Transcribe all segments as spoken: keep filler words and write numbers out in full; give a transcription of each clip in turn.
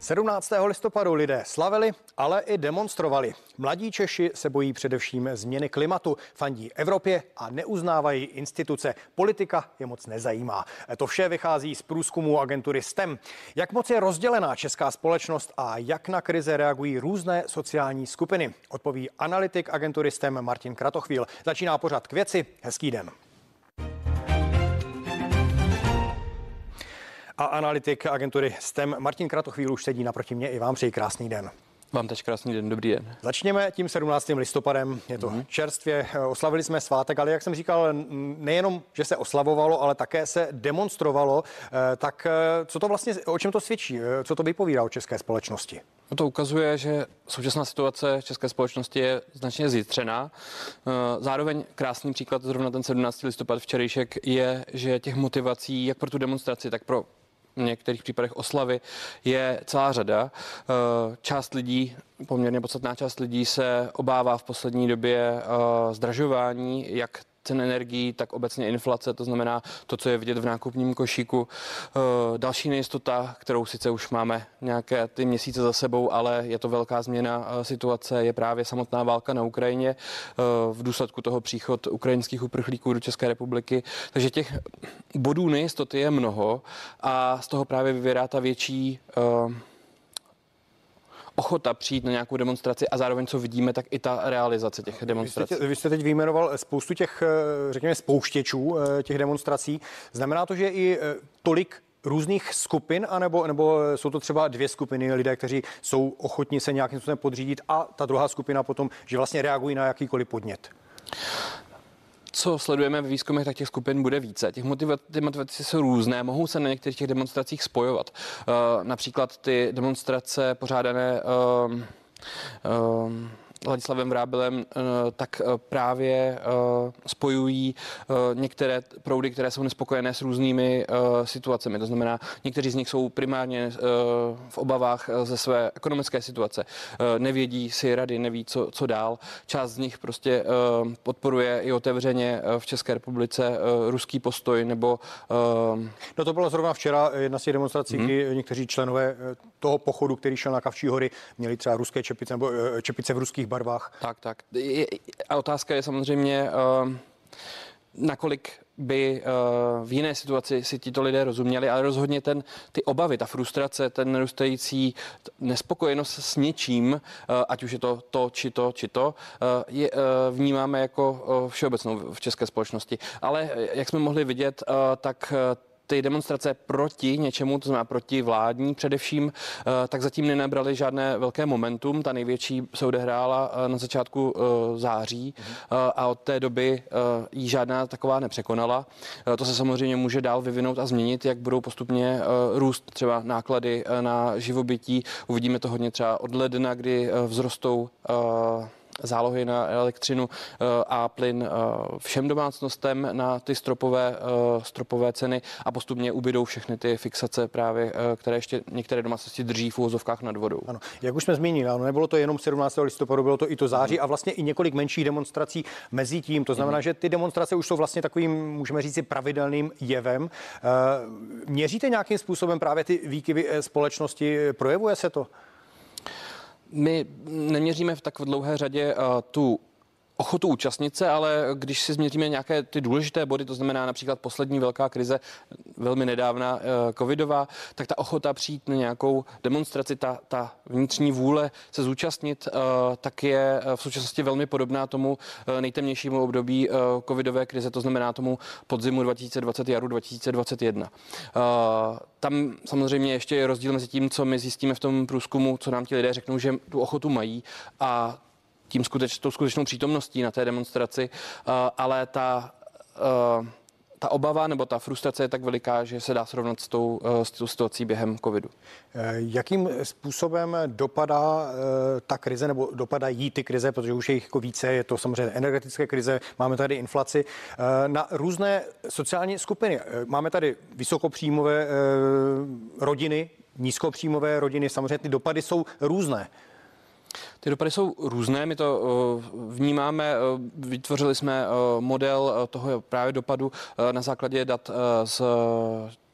sedmnáctého listopadu lidé slavili, ale i demonstrovali. Mladí Češi se bojí především změny klimatu, fandí Evropě a neuznávají instituce. Politika je moc nezajímá. To vše vychází z průzkumu agentury S T E M. Jak moc je rozdělená česká společnost a jak na krize reagují různé sociální skupiny? Odpoví analytik agentury S T E M Martin Kratochvíl. Začíná pořad K věci. Hezký den. A analytik agentury S T E M Martin Kratochvíl už sedí naproti mě. I vám přeji krásný den. Vám teď krásný den, dobrý den. Začněme tím sedmnáctým listopadem. Je to mm. čerstvě, oslavili jsme svátek, ale jak jsem říkal, nejenom, že se oslavovalo, ale také se demonstrovalo. Tak co to vlastně, o čem to svědčí? Co to vypovídá o české společnosti? No to ukazuje, že současná situace české společnosti je značně zjitřená. Zároveň krásný příklad, zrovna ten sedmnáctý listopad včerejšek, je, že těch motivací jak pro tu demonstraci, tak pro v některých případech oslavy je celá řada. Část lidí, poměrně podstatná část lidí se obává v poslední době zdražování, jak cen energií, tak obecně inflace, to znamená to, co je vidět v nákupním košíku. Další nejistota, kterou sice už máme nějaké ty měsíce za sebou, ale je to velká změna situace, je právě samotná válka na Ukrajině, v důsledku toho příchod ukrajinských uprchlíků do České republiky. Takže těch bodů nejistoty je mnoho a z toho právě vyvěrá ta větší ochota přijít na nějakou demonstraci a zároveň, co vidíme, tak i ta realizace těch demonstrací. Vy jste, vy jste teď vyjmenoval spoustu těch, řekněme, spouštěčů těch demonstrací. Znamená to, že i tolik různých skupin, anebo, nebo jsou to třeba dvě skupiny lidé, kteří jsou ochotni se nějakým způsobem podřídit a ta druhá skupina potom, že vlastně reagují na jakýkoliv podnět? Co sledujeme ve výzkumech, tak těch skupin bude více. Těch motivací, ty motivace jsou různé, mohou se na některých těch demonstracích spojovat. Uh, například ty demonstrace pořádané uh, uh, Ladislavem Vrábilem, tak právě spojují některé proudy, které jsou nespokojené s různými situacemi. To znamená, někteří z nich jsou primárně v obavách ze své ekonomické situace. Nevědí si rady, neví, co, co dál. Část z nich prostě podporuje i otevřeně v České republice ruský postoj nebo... No to bylo zrovna včera jedna z těch demonstrací, hmm. kdy někteří členové toho pochodu, který šel na Kavčí hory, měli třeba ruské čepice nebo čepice v ruských barvách. Tak, tak. A otázka je samozřejmě, nakolik by v jiné situaci si tito lidé rozuměli, ale rozhodně ten, ty obavy, ta frustrace, ten narůstající nespokojenost s něčím, ať už je to to, či to, či to, je, vnímáme jako všeobecnou v české společnosti. Ale jak jsme mohli vidět, tak ty demonstrace proti něčemu, to znamená proti vládní především, tak zatím nenabrali žádné velké momentum. Ta největší se odehrála na začátku září a od té doby ji žádná taková nepřekonala. To se samozřejmě může dál vyvinout a změnit, jak budou postupně růst třeba náklady na živobytí. Uvidíme to hodně třeba od ledna, kdy vzrostou zálohy na elektřinu a plyn všem domácnostem na ty stropové, stropové ceny a postupně ubydou všechny ty fixace právě, které ještě některé domácnosti drží v uvozovkách nad vodou. Ano, jak už jsme zmínili, ano, nebylo to jenom sedmnáctého listopadu, bylo to i to září a vlastně i několik menších demonstrací mezi tím. To znamená, mm. že ty demonstrace už jsou vlastně takovým, můžeme říct, pravidelným jevem. Měříte nějakým způsobem právě ty výkyvy společnosti? Projevuje se to? My neměříme v tak dlouhé řadě uh, tu ochotu účastnit se, ale když si změříme nějaké ty důležité body, to znamená například poslední velká krize, velmi nedávná uh, covidová, tak ta ochota přijít na nějakou demonstraci, ta, ta vnitřní vůle se zúčastnit, uh, tak je v současnosti velmi podobná tomu uh, nejtemnějšímu období uh, covidové krize, to znamená tomu podzimu dva tisíce dvacet, jaru dva tisíce dvacet jedna. Uh, Tam samozřejmě ještě je rozdíl mezi tím, co my zjistíme v tom průzkumu, co nám ti lidé řeknou, že tu ochotu mají a tím skuteč, tou skutečnou přítomností na té demonstraci, uh, ale ta, uh, ta obava nebo ta frustrace je tak veliká, že se dá srovnat s tou, uh, s tou situací během covidu. Jakým způsobem dopadá uh, ta krize nebo dopadají ty krize, protože už je jich jako více, je to samozřejmě energetické krize, máme tady inflaci, uh, na různé sociální skupiny. Máme tady vysokopříjmové uh, rodiny, nízkopříjmové rodiny, samozřejmě ty dopady jsou různé. Ty dopady jsou různé, my to vnímáme, vytvořili jsme model toho právě dopadu na základě dat z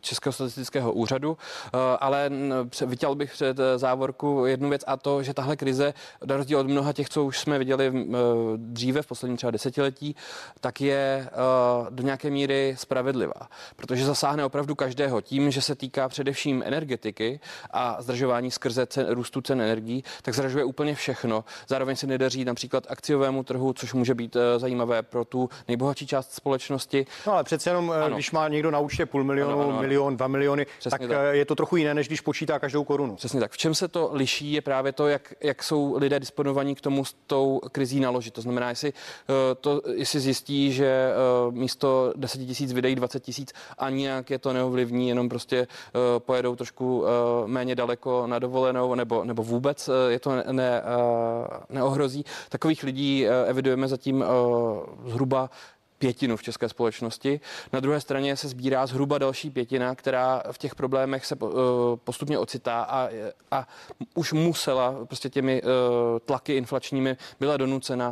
Českého statistického úřadu, ale vytěl bych před závorku jednu věc a to, že tahle krize, na rozdíl od mnoha těch, co už jsme viděli dříve v posledním třeba desetiletí, tak je do nějaké míry spravedlivá, protože zasáhne opravdu každého tím, že se týká především energetiky a zdražování skrze cen, růstu cen energií, tak zdražuje úplně všechno. Zároveň se nedaří například akciovému trhu, což může být zajímavé pro tu nejbohatší část společnosti. No ale přece jenom, ano. Když má někdo na účtě půl milionu, ano, ano, ano. milion, dva miliony, tak, tak je to trochu jiné, než když počítá každou korunu. Přesně tak. V čem se to liší, je právě to, jak, jak jsou lidé disponovaní k tomu s tou krizí naložit. To znamená, jestli, to, jestli zjistí, že místo deset tisíc vydají dvacet tisíc a nijak je to neovlivní, jenom prostě pojedou trošku méně daleko na dovolenou nebo, nebo vůbec je to ne, ne, neohrozí. Takových lidí evidujeme zatím zhruba pětinu v české společnosti. Na druhé straně se sbírá zhruba další pětina, která v těch problémech se postupně ocitá a, a už musela prostě těmi tlaky inflačními byla donucena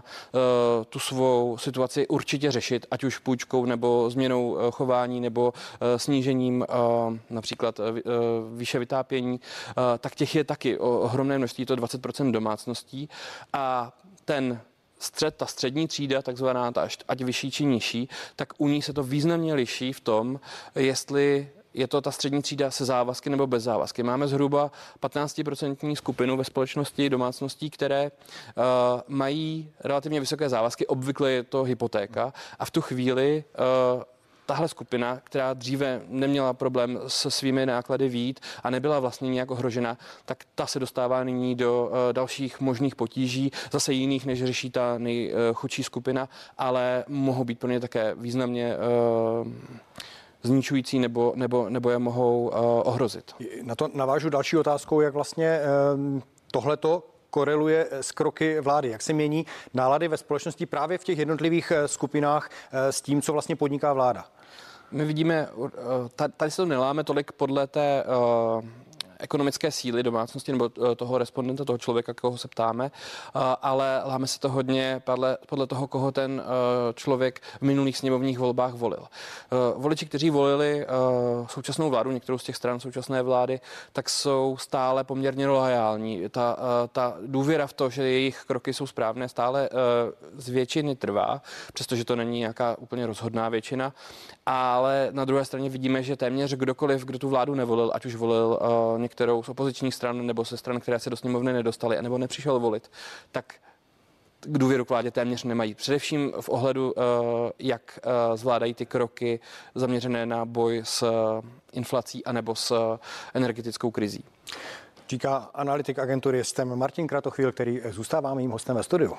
tu svou situaci určitě řešit, ať už půjčkou nebo změnou chování nebo snížením například výše vytápění, tak těch je taky ohromné množství, to dvacet procent domácností a ten střed, ta střední třída, takzvaná, ta ať vyšší či nižší, tak u ní se to významně liší v tom, jestli je to ta střední třída se závazky nebo bez závazky. Máme zhruba patnáctiprocentní skupinu ve společnosti domácností, které uh, mají relativně vysoké závazky, obvykle je to hypotéka a v tu chvíli uh, tahle skupina, která dříve neměla problém se svými náklady vyjít a nebyla vlastně nějak ohrožena, tak ta se dostává nyní do uh, dalších možných potíží, zase jiných, než řeší ta nejchudší skupina, ale mohou být pro ně také významně uh, zničující nebo, nebo, nebo je mohou uh, ohrozit. Na to navážu další otázkou, jak vlastně uh, tohleto koreluje s kroky vlády. Jak se mění nálady ve společnosti právě v těch jednotlivých skupinách s tím, co vlastně podniká vláda? My vidíme, tady se to neláme tolik podle té uh, ekonomické síly domácnosti nebo toho respondenta, toho člověka, koho se ptáme, ale láme se to hodně podle, podle toho, koho ten člověk v minulých sněmovních volbách volil. Voliči, kteří volili současnou vládu, některou z těch stran současné vlády, tak jsou stále poměrně loajální. Ta, ta důvěra v to, že jejich kroky jsou správné, stále z většiny trvá, přestože to není nějaká úplně rozhodná většina, ale na druhé straně vidíme, že téměř kdokoliv, kdo tu vládu nevolil, ať už volil některou z opozičních stran nebo se stran, které se do sněmovny nedostaly, nebo nepřišel volit, tak k důvěru k vládě téměř nemají. Především v ohledu, jak zvládají ty kroky zaměřené na boj s inflací anebo s energetickou krizí. Říká analytik agentury S T E M Martin Kratochvíl, který zůstává mým hostem ve studiu.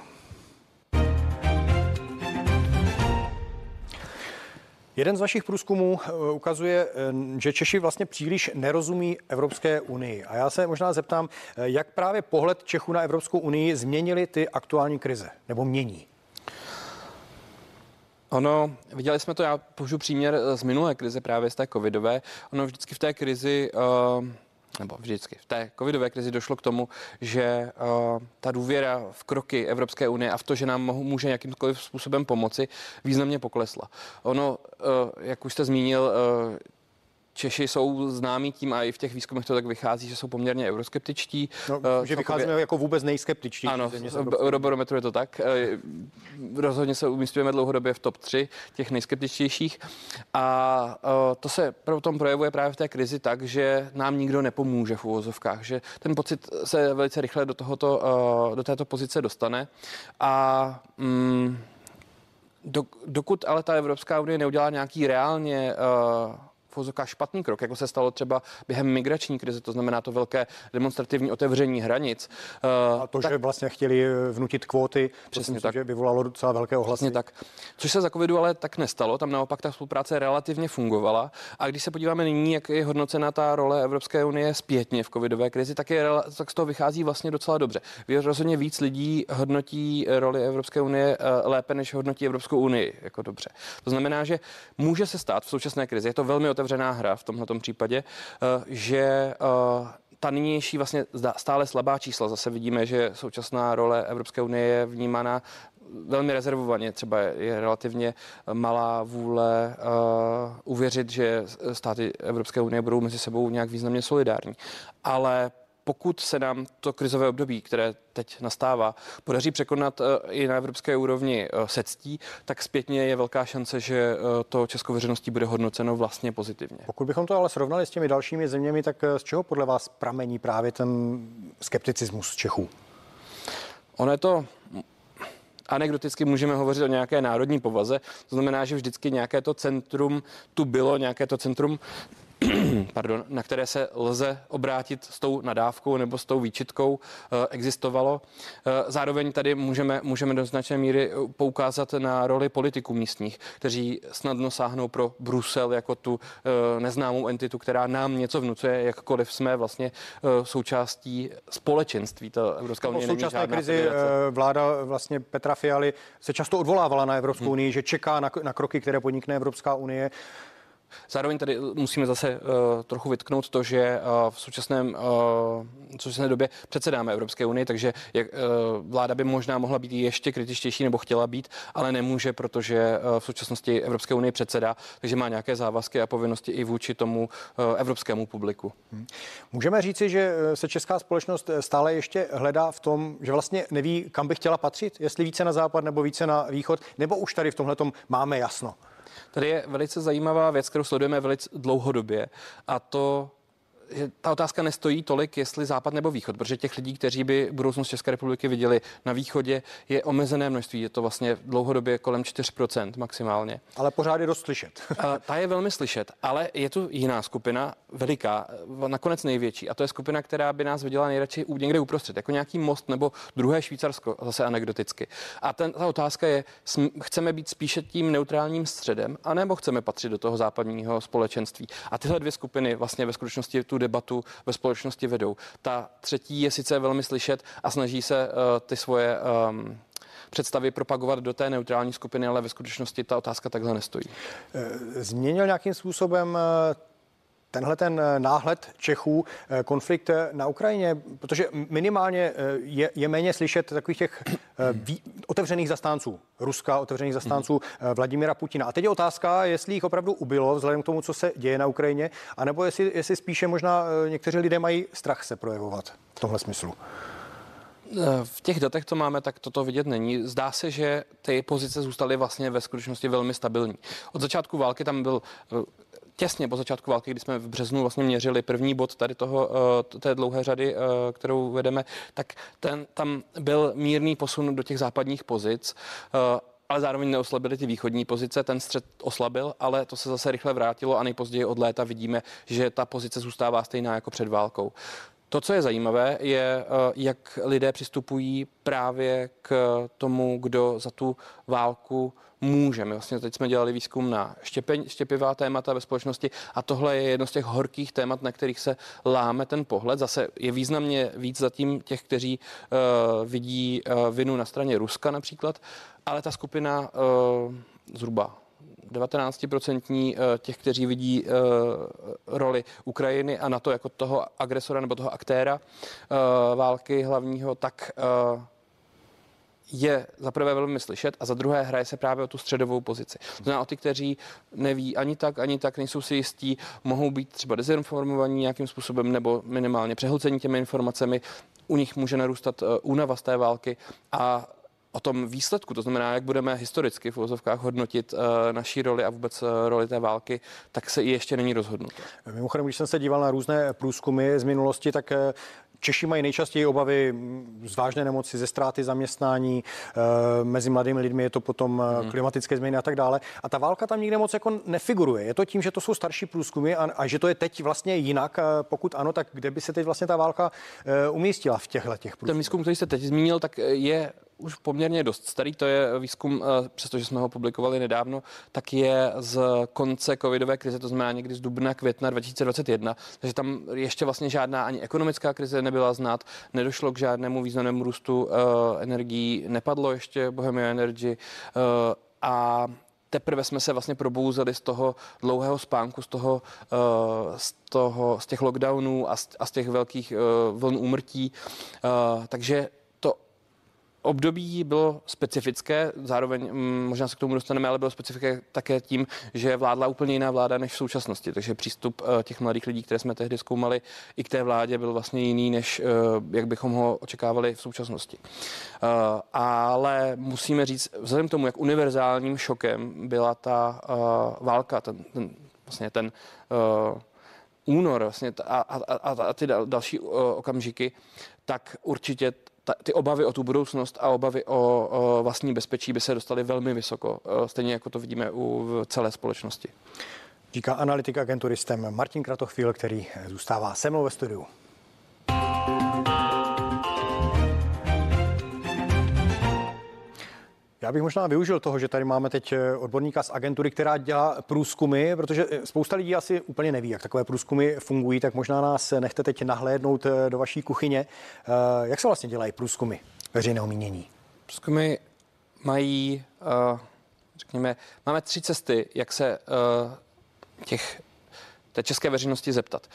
Jeden z vašich průzkumů ukazuje, že Češi vlastně příliš nerozumí Evropské unii. A já se možná zeptám, jak právě pohled Čechů na Evropskou unii změnily ty aktuální krize, nebo mění? Ono, viděli jsme to, já použiju příměr z minulé krize, právě z té covidové. Ono vždycky v té krizi... Uh... nebo vždycky v té covidové krizi došlo k tomu, že uh, ta důvěra v kroky Evropské unie a v to, že nám mohu, může jakýmkoliv způsobem pomoci, významně poklesla. Ono, uh, jak už jste zmínil, uh, Češi jsou známí tím a i v těch výzkumech to tak vychází, že jsou poměrně euroskeptičtí. No, že vycházíme jako vůbec nejskeptičtí. Ano, v Eurobarometru je to tak. Rozhodně se umístujeme dlouhodobě v top tři těch nejskeptičtějších. A to se potom projevuje právě v té krizi tak, že nám nikdo nepomůže v uvozovkách, že ten pocit se velice rychle do, tohoto, do této pozice dostane. A mm, do, dokud ale ta Evropská unie neudělá nějaký reálně špatný krok, jako se stalo třeba během migrační krize, to znamená to velké demonstrativní otevření hranic. A to, tak, že vlastně chtěli vnutit kvóty, přesně tak, že vyvolalo docela velké ohlasy. Přesně tak. Což se za covidu ale tak nestalo, tam naopak ta spolupráce relativně fungovala. A když se podíváme nyní, jak je hodnocena ta role Evropské unie zpětně v covidové krizi, tak, je, tak z toho vychází vlastně docela dobře. Rozhodně víc lidí hodnotí roli Evropské unie lépe, než hodnotí Evropskou unii jako dobře. To znamená, že může se stát v současné krizi, je to velmi otevřená hra v tomhletom případě, že ta nynější vlastně stále slabá čísla, zase vidíme, že současná role Evropské unie je vnímána velmi rezervovaně. Třeba je relativně malá vůle uh, uvěřit, že státy Evropské unie budou mezi sebou nějak významně solidární. Ale pokud se nám to krizové období, které teď nastává, podaří překonat i na evropské úrovni se ctí, tak zpětně je velká šance, že to českou veřejností bude hodnoceno vlastně pozitivně. Pokud bychom to ale srovnali s těmi dalšími zeměmi, tak z čeho podle vás pramení právě ten skepticismus Čechů? Ono je to... Anekdoticky můžeme hovořit o nějaké národní povaze, to znamená, že vždycky nějaké to centrum tu bylo, nějaké to centrum, pardon, na které se lze obrátit s tou nadávkou nebo s tou výčitkou, existovalo. Zároveň tady můžeme, můžeme do značné míry poukázat na roli politiků místních, kteří snadno sáhnou pro Brusel jako tu neznámou entitu, která nám něco vnucuje, jakkoliv jsme vlastně součástí společenství. To Evropská unie v současné není krizi federace. Vláda vlastně Petra Fialy se často odvolávala na Evropskou hmm. unii, že čeká na, na kroky, které podnikne Evropská unie. Zároveň tady musíme zase uh, trochu vytknout to, že uh, v současném, uh, v současné době předsedáme Evropské unii, takže jak, uh, vláda by možná mohla být ještě kritičtější nebo chtěla být, ale nemůže, protože uh, v současnosti Evropské unie předsedá, takže má nějaké závazky a povinnosti i vůči tomu uh, evropskému publiku. Hmm. Můžeme říci, že se česká společnost stále ještě hledá v tom, že vlastně neví, kam by chtěla patřit, jestli více na západ nebo více na východ, nebo už tady v tomhletom máme jasno? Tady je velice zajímavá věc, kterou sledujeme velice dlouhodobě, a to, že ta otázka nestojí tolik, jestli západ nebo východ, protože těch lidí, kteří by budoucnost České republiky viděli na východě, je omezené množství. Je to vlastně dlouhodobě kolem čtyři procenta maximálně. Ale pořád je dost slyšet. Ta je velmi slyšet, ale je tu jiná skupina, veliká, nakonec největší, a to je skupina, která by nás viděla nejradši někde uprostřed, jako nějaký most nebo druhé Švýcarsko, zase anekdoticky. A ten, ta otázka je, chceme být spíše tím neutrálním středem, anebo chceme patřit do toho západního společenství. A tyhle dvě skupiny vlastně ve skutečnosti tu debatu ve společnosti vedou. Ta třetí je sice velmi slyšet a snaží se uh, ty svoje um, představy propagovat do té neutrální skupiny, ale ve skutečnosti ta otázka takhle nestojí. Změnil nějakým způsobem tenhle ten náhled Čechů konflikt na Ukrajině, protože minimálně je, je méně slyšet takových těch vý, otevřených zastánců Ruska, otevřených zastánců Vladimira Putina. A teď je otázka, jestli jich opravdu ubylo vzhledem k tomu, co se děje na Ukrajině, anebo jestli, jestli spíše možná někteří lidé mají strach se projevovat v tomhle smyslu. V těch datech, co máme, tak toto vidět není. Zdá se, že ty pozice zůstaly vlastně ve skutečnosti velmi stabilní. Od začátku války tam byl těsně po začátku války, kdy jsme v březnu vlastně měřili první bod tady toho, té dlouhé řady, kterou vedeme, tak ten, tam byl mírný posun do těch západních pozic, ale zároveň neoslabily ty východní pozice, ten střed oslabil, ale to se zase rychle vrátilo a nejpozději od léta vidíme, že ta pozice zůstává stejná jako před válkou. To, co je zajímavé, je, jak lidé přistupují právě k tomu, kdo za tu válku může. My vlastně teď jsme dělali výzkum na štěpeň, štěpivá témata ve společnosti a tohle je jedno z těch horkých témat, na kterých se láme ten pohled. Zase je významně víc zatím těch, kteří uh, vidí uh, vinu na straně Ruska například, ale ta skupina uh, zhruba devatenáct procent těch, kteří vidí uh, roli Ukrajiny a NATO jako toho agresora nebo toho aktéra uh, války hlavního, tak uh, je za prvé velmi slyšet a za druhé hraje se právě o tu středovou pozici. To znamená o ty, kteří neví ani tak, ani tak, nejsou si jistí, mohou být třeba dezinformovaní nějakým způsobem nebo minimálně přehlcení těmi informacemi. U nich může narůstat uh, únava z té války a o tom výsledku, to znamená, jak budeme historicky v uvozovkách hodnotit uh, naší roli a vůbec uh, roli té války, tak se i ještě není rozhodnuto. Mimochodem, když jsem se díval na různé průzkumy z minulosti, tak uh, Češi mají nejčastěji obavy z vážné nemoci, ze ztráty zaměstnání, uh, mezi mladými lidmi je to potom uh, hmm. klimatické změny a tak dále. A ta válka tam nikde moc jako nefiguruje. Je to tím, že to jsou starší průzkumy a, a že to je teď vlastně jinak. Uh, pokud ano, tak kde by se teď vlastně ta válka uh, umístila v těchto těch průzkumech? Ten výzkum, který jste teď zmínil, tak je už poměrně dost starý, to je výzkum, přestože jsme ho publikovali nedávno, tak je z konce covidové krize, to znamená někdy z dubna, května dva tisíce dvacet jedna, takže tam ještě vlastně žádná ani ekonomická krize nebyla znát, nedošlo k žádnému významnému růstu uh, energií, nepadlo ještě Bohemia Energy uh, a teprve jsme se vlastně probouzeli z toho dlouhého spánku, z toho, uh, z toho, z těch lockdownů a z, a z těch velkých uh, vln úmrtí, uh, takže období bylo specifické, zároveň možná se k tomu dostaneme, ale bylo specifické také tím, že vládla úplně jiná vláda než v současnosti. Takže přístup těch mladých lidí, které jsme tehdy zkoumali, i k té vládě byl vlastně jiný, než jak bychom ho očekávali v současnosti. Ale musíme říct, vzhledem k tomu, jak univerzálním šokem byla ta válka, ten, ten vlastně ten únor vlastně a, a, a, a ty další okamžiky, tak určitě ta, ty obavy o tu budoucnost a obavy o, o vlastní bezpečí by se dostaly velmi vysoko, stejně jako to vidíme u celé společnosti. Říká analytik agentury STEM Martin Kratochvíl, který zůstává se mnou ve studiu. Já bych možná využil toho, že tady máme teď odborníka z agentury, která dělá průzkumy, protože spousta lidí asi úplně neví, jak takové průzkumy fungují, tak možná nás nechte teď nahlédnout do vaší kuchyně. Jak se vlastně dělají průzkumy veřejného mínění? Průzkumy mají, řekněme, máme tři cesty, jak se těch té české veřejnosti zeptat.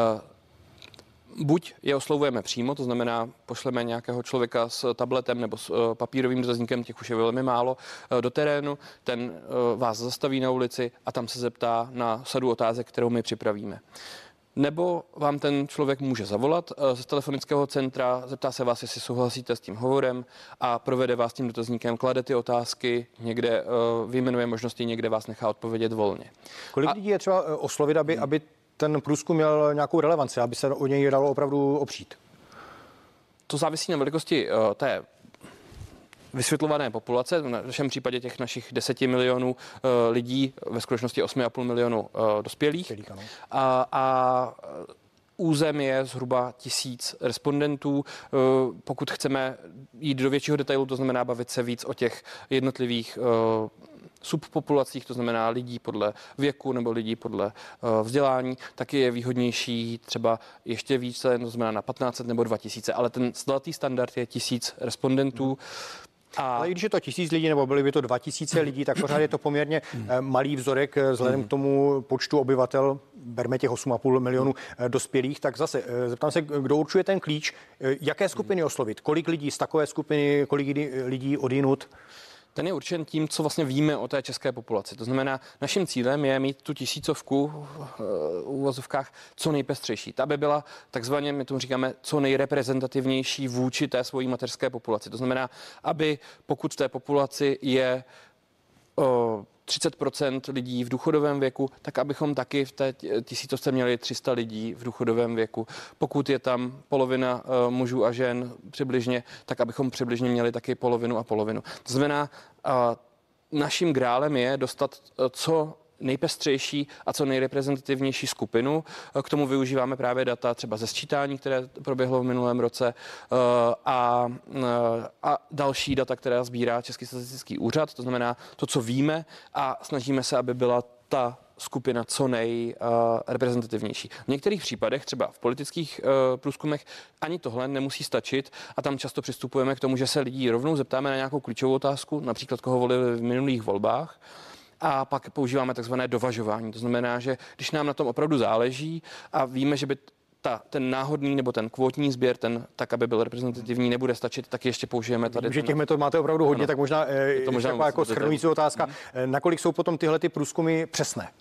Buď je oslovujeme přímo, to znamená, pošleme nějakého člověka s tabletem nebo s papírovým dotazníkem, těch už je velmi málo, do terénu, ten vás zastaví na ulici a tam se zeptá na sadu otázek, kterou my připravíme. Nebo vám ten člověk může zavolat z telefonického centra, zeptá se vás, jestli souhlasíte s tím hovorem a provede vás tím dotazníkem, klade ty otázky, někde vyjmenuje možnosti, někde vás nechá odpovědět volně. Kolik a... lidí je třeba oslovit, aby, aby ten průzkum měl nějakou relevanci, aby se o něj dalo opravdu opřít? To závisí na velikosti uh, té vysvětlované populace, v našem případě těch našich deseti milionů uh, lidí, ve skutečnosti osm a půl milionu uh, dospělých. A, a územ je zhruba tisíc respondentů. Uh, pokud chceme jít do většího detailu, to znamená bavit se víc o těch jednotlivých uh, subpopulacích, to znamená lidí podle věku nebo lidí podle uh, vzdělání, tak je výhodnější třeba ještě více, to znamená na patnáct set nebo dva tisíce, ale ten zlatý standard je tisíc respondentů. A... Ale když je to tisíc lidí, nebo byly by to dva tisíce lidí, tak pořád je to poměrně malý vzorek vzhledem k tomu počtu obyvatel, berme těch osm a půl milionů dospělých, tak zase zeptám se, kdo určuje ten klíč, jaké skupiny oslovit, kolik lidí z takové skupiny, kolik lidí odjinud? Ten je určen tím, co vlastně víme o té české populaci. To znamená, naším cílem je mít tu tisícovku v uvozovkách co nejpestřejší. Ta by byla takzvaně, my tomu říkáme, co nejreprezentativnější vůči té svojí mateřské populaci. To znamená, aby pokud v té populaci je o, třicet procent lidí v důchodovém věku, tak abychom taky v té tisícovce měli tři sta lidí v důchodovém věku. Pokud je tam polovina uh, mužů a žen přibližně, tak abychom přibližně měli taky polovinu a polovinu. To znamená, uh, naším grálem je dostat uh, co nejpestřejší a co nejreprezentativnější skupinu. K tomu využíváme právě data třeba ze sčítání, které proběhlo v minulém roce a, a další data, která sbírá Český statistický úřad, to znamená to, co víme a snažíme se, aby byla ta skupina co nejreprezentativnější. V některých případech, třeba v politických uh, průzkumech, ani tohle nemusí stačit a tam často přistupujeme k tomu, že se lidí rovnou zeptáme na nějakou klíčovou otázku, například koho volili v minulých volbách, a pak používáme takzvané dovažování. To znamená, že když nám na tom opravdu záleží a víme, že by ta, ten náhodný nebo ten kvótní sběr, ten tak, aby byl reprezentativní, nebude stačit, tak ještě použijeme tady. Že těch metod máte opravdu hodně, ano. Tak možná, je to možná jako shrnující otázka. Hmm. Nakolik jsou potom tyhle ty průzkumy přesné?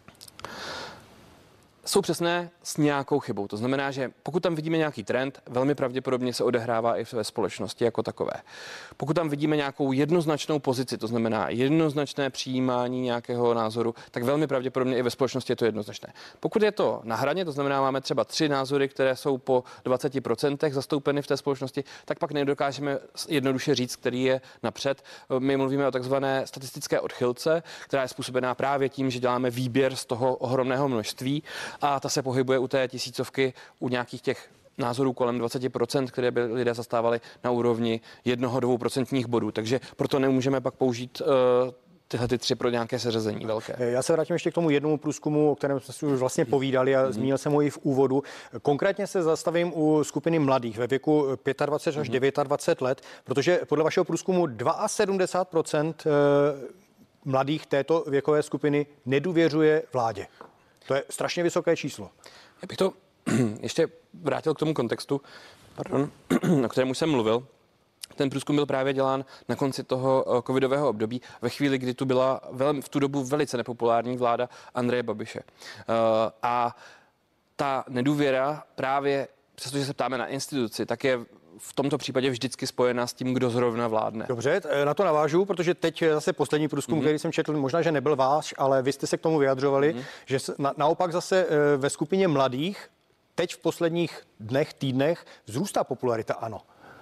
Jsou přesné s nějakou chybou. To znamená, že pokud tam vidíme nějaký trend, velmi pravděpodobně se odehrává i ve společnosti jako takové. Pokud tam vidíme nějakou jednoznačnou pozici, to znamená jednoznačné přijímání nějakého názoru, tak velmi pravděpodobně i ve společnosti je to jednoznačné. Pokud je to na hraně, to znamená, máme třeba tři názory, které jsou po dvaceti procentech zastoupeny v té společnosti, tak pak nedokážeme jednoduše říct, který je napřed. My mluvíme o takzvané statistické odchylce, která je způsobená právě tím, že děláme výběr z toho ohromného množství. A ta se pohybuje u té tisícovky u nějakých těch názorů kolem dvacet procent, které by lidé zastávali na úrovni jednoho, dvou procentních bodů. Takže proto nemůžeme pak použít uh, tyhle ty tři pro nějaké seřazení velké. Já se vrátím ještě k tomu jednomu průzkumu, o kterém jsme si už vlastně povídali a mm. zmínil jsem ho i v úvodu. Konkrétně se zastavím u skupiny mladých ve věku dvacet pět až dvacet devět let, protože podle vašeho průzkumu sedmdesát dva procent mladých této věkové skupiny nedůvěřuje vládě. To je strašně vysoké číslo. Já bych to ještě vrátil k tomu kontextu, pardon, o kterém už jsem mluvil. Ten průzkum byl právě dělán na konci toho covidového období, ve chvíli, kdy tu byla velmi, v tu dobu velice nepopulární vláda Andreje Babiše. A ta nedůvěra právě, přestože se ptáme na instituci, tak je v tomto případě vždycky spojená s tím, kdo zrovna vládne. Dobře, na to navážu, protože teď zase poslední průzkum, mm-hmm. který jsem četl, možná, že nebyl váš, ale vy jste se k tomu vyjadřovali, mm-hmm. že na, naopak zase ve skupině mladých teď v posledních dnech, týdnech vzrůstá popularita ANO.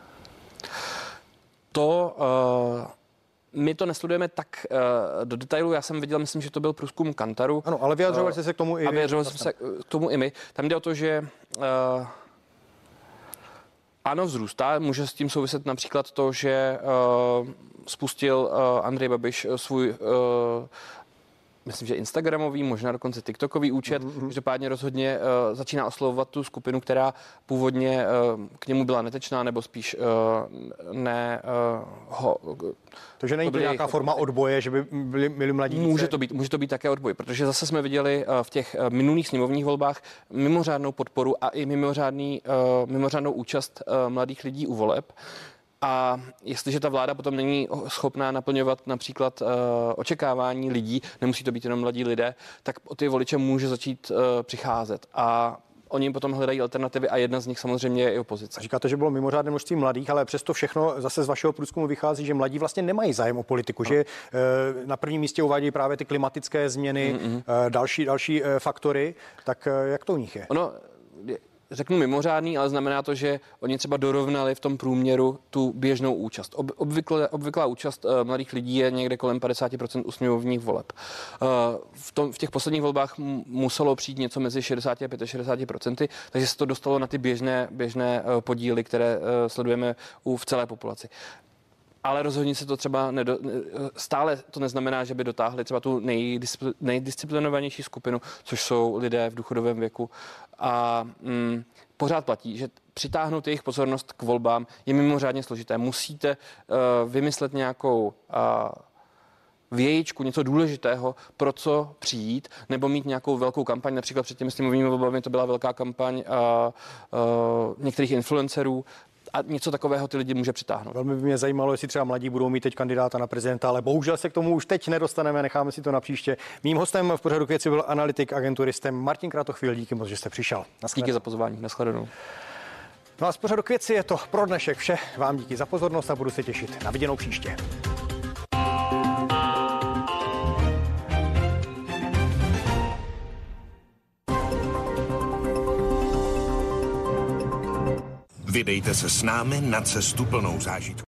To... Uh... My to nesledujeme tak uh, do detailu. Já jsem viděl, myslím, že to byl průzkum Kantaru. Ano, ale vyjadřovali jste se k tomu i a vyjadřovali jsme se k tomu i my. Tam jde o to, že uh, ano, vzrůstá. Může s tím souviset například to, že uh, spustil uh, Andrej Babiš svůj uh, myslím, že instagramový, možná dokonce tiktokový účet. Mm-hmm. Každopádně rozhodně uh, začíná oslovovat tu skupinu, která původně uh, k němu byla netečná, nebo spíš uh, ne uh, ho... Takže není to nějaká forma odboje, že by byli, byli mladí? Může to být, může to být také odboj, protože zase jsme viděli uh, v těch uh, minulých sněmovních volbách mimořádnou podporu a i mimořádný, uh, mimořádnou účast uh, mladých lidí u voleb. A jestliže ta vláda potom není schopná naplňovat například uh, očekávání lidí, nemusí to být jenom mladí lidé, tak o ty voliče může začít uh, přicházet. A oni potom hledají alternativy a jedna z nich samozřejmě je i opozice. Říkáte, že bylo mimořádné množství mladých, ale přesto všechno zase z vašeho průzkumu vychází, že mladí vlastně nemají zájem o politiku, no. že uh, na prvním místě uvádějí právě ty klimatické změny, mm-hmm. uh, další, další uh, faktory. Tak uh, jak to u nich je? Ono, je... Řeknu mimořádný, ale znamená to, že oni třeba dorovnali v tom průměru tu běžnou účast. Ob, obvykle, obvyklá účast uh, mladých lidí je někde kolem padesát procent u sněmovních voleb. Uh, v, tom, v těch posledních volbách m- muselo přijít něco mezi šedesát a šedesát pět procent, takže se to dostalo na ty běžné, běžné uh, podíly, které uh, sledujeme u, v celé populaci. Ale rozhodně se to třeba nedo, stále to neznamená, že by dotáhli třeba tu nejdiscipl, nejdisciplinovanější skupinu, což jsou lidé v důchodovém věku. A mm, pořád platí, že přitáhnout jejich pozornost k volbám je mimořádně složité. Musíte uh, vymyslet nějakou uh, vějičku, něco důležitého, pro co přijít, nebo mít nějakou velkou kampaň. Například před těmi sněmovními volbami to byla velká kampaň uh, uh, některých influencerů, a něco takového ty lidi může přitáhnout. Velmi by mě zajímalo, jestli třeba mladí budou mít teď kandidáta na prezidenta, ale bohužel se k tomu už teď nedostaneme, necháme si to na příště. Mým hostem v pořadu K věci byl analytik agentury STEM Martin Kratochvíl. Díky moc, že jste přišel. Díky za pozvání. Nashledanou. No a z pořadu K věci je to pro dnešek vše. Vám díky za pozornost a budu se těšit na viděnou příště. Vydejte se s námi na cestu plnou zážitků.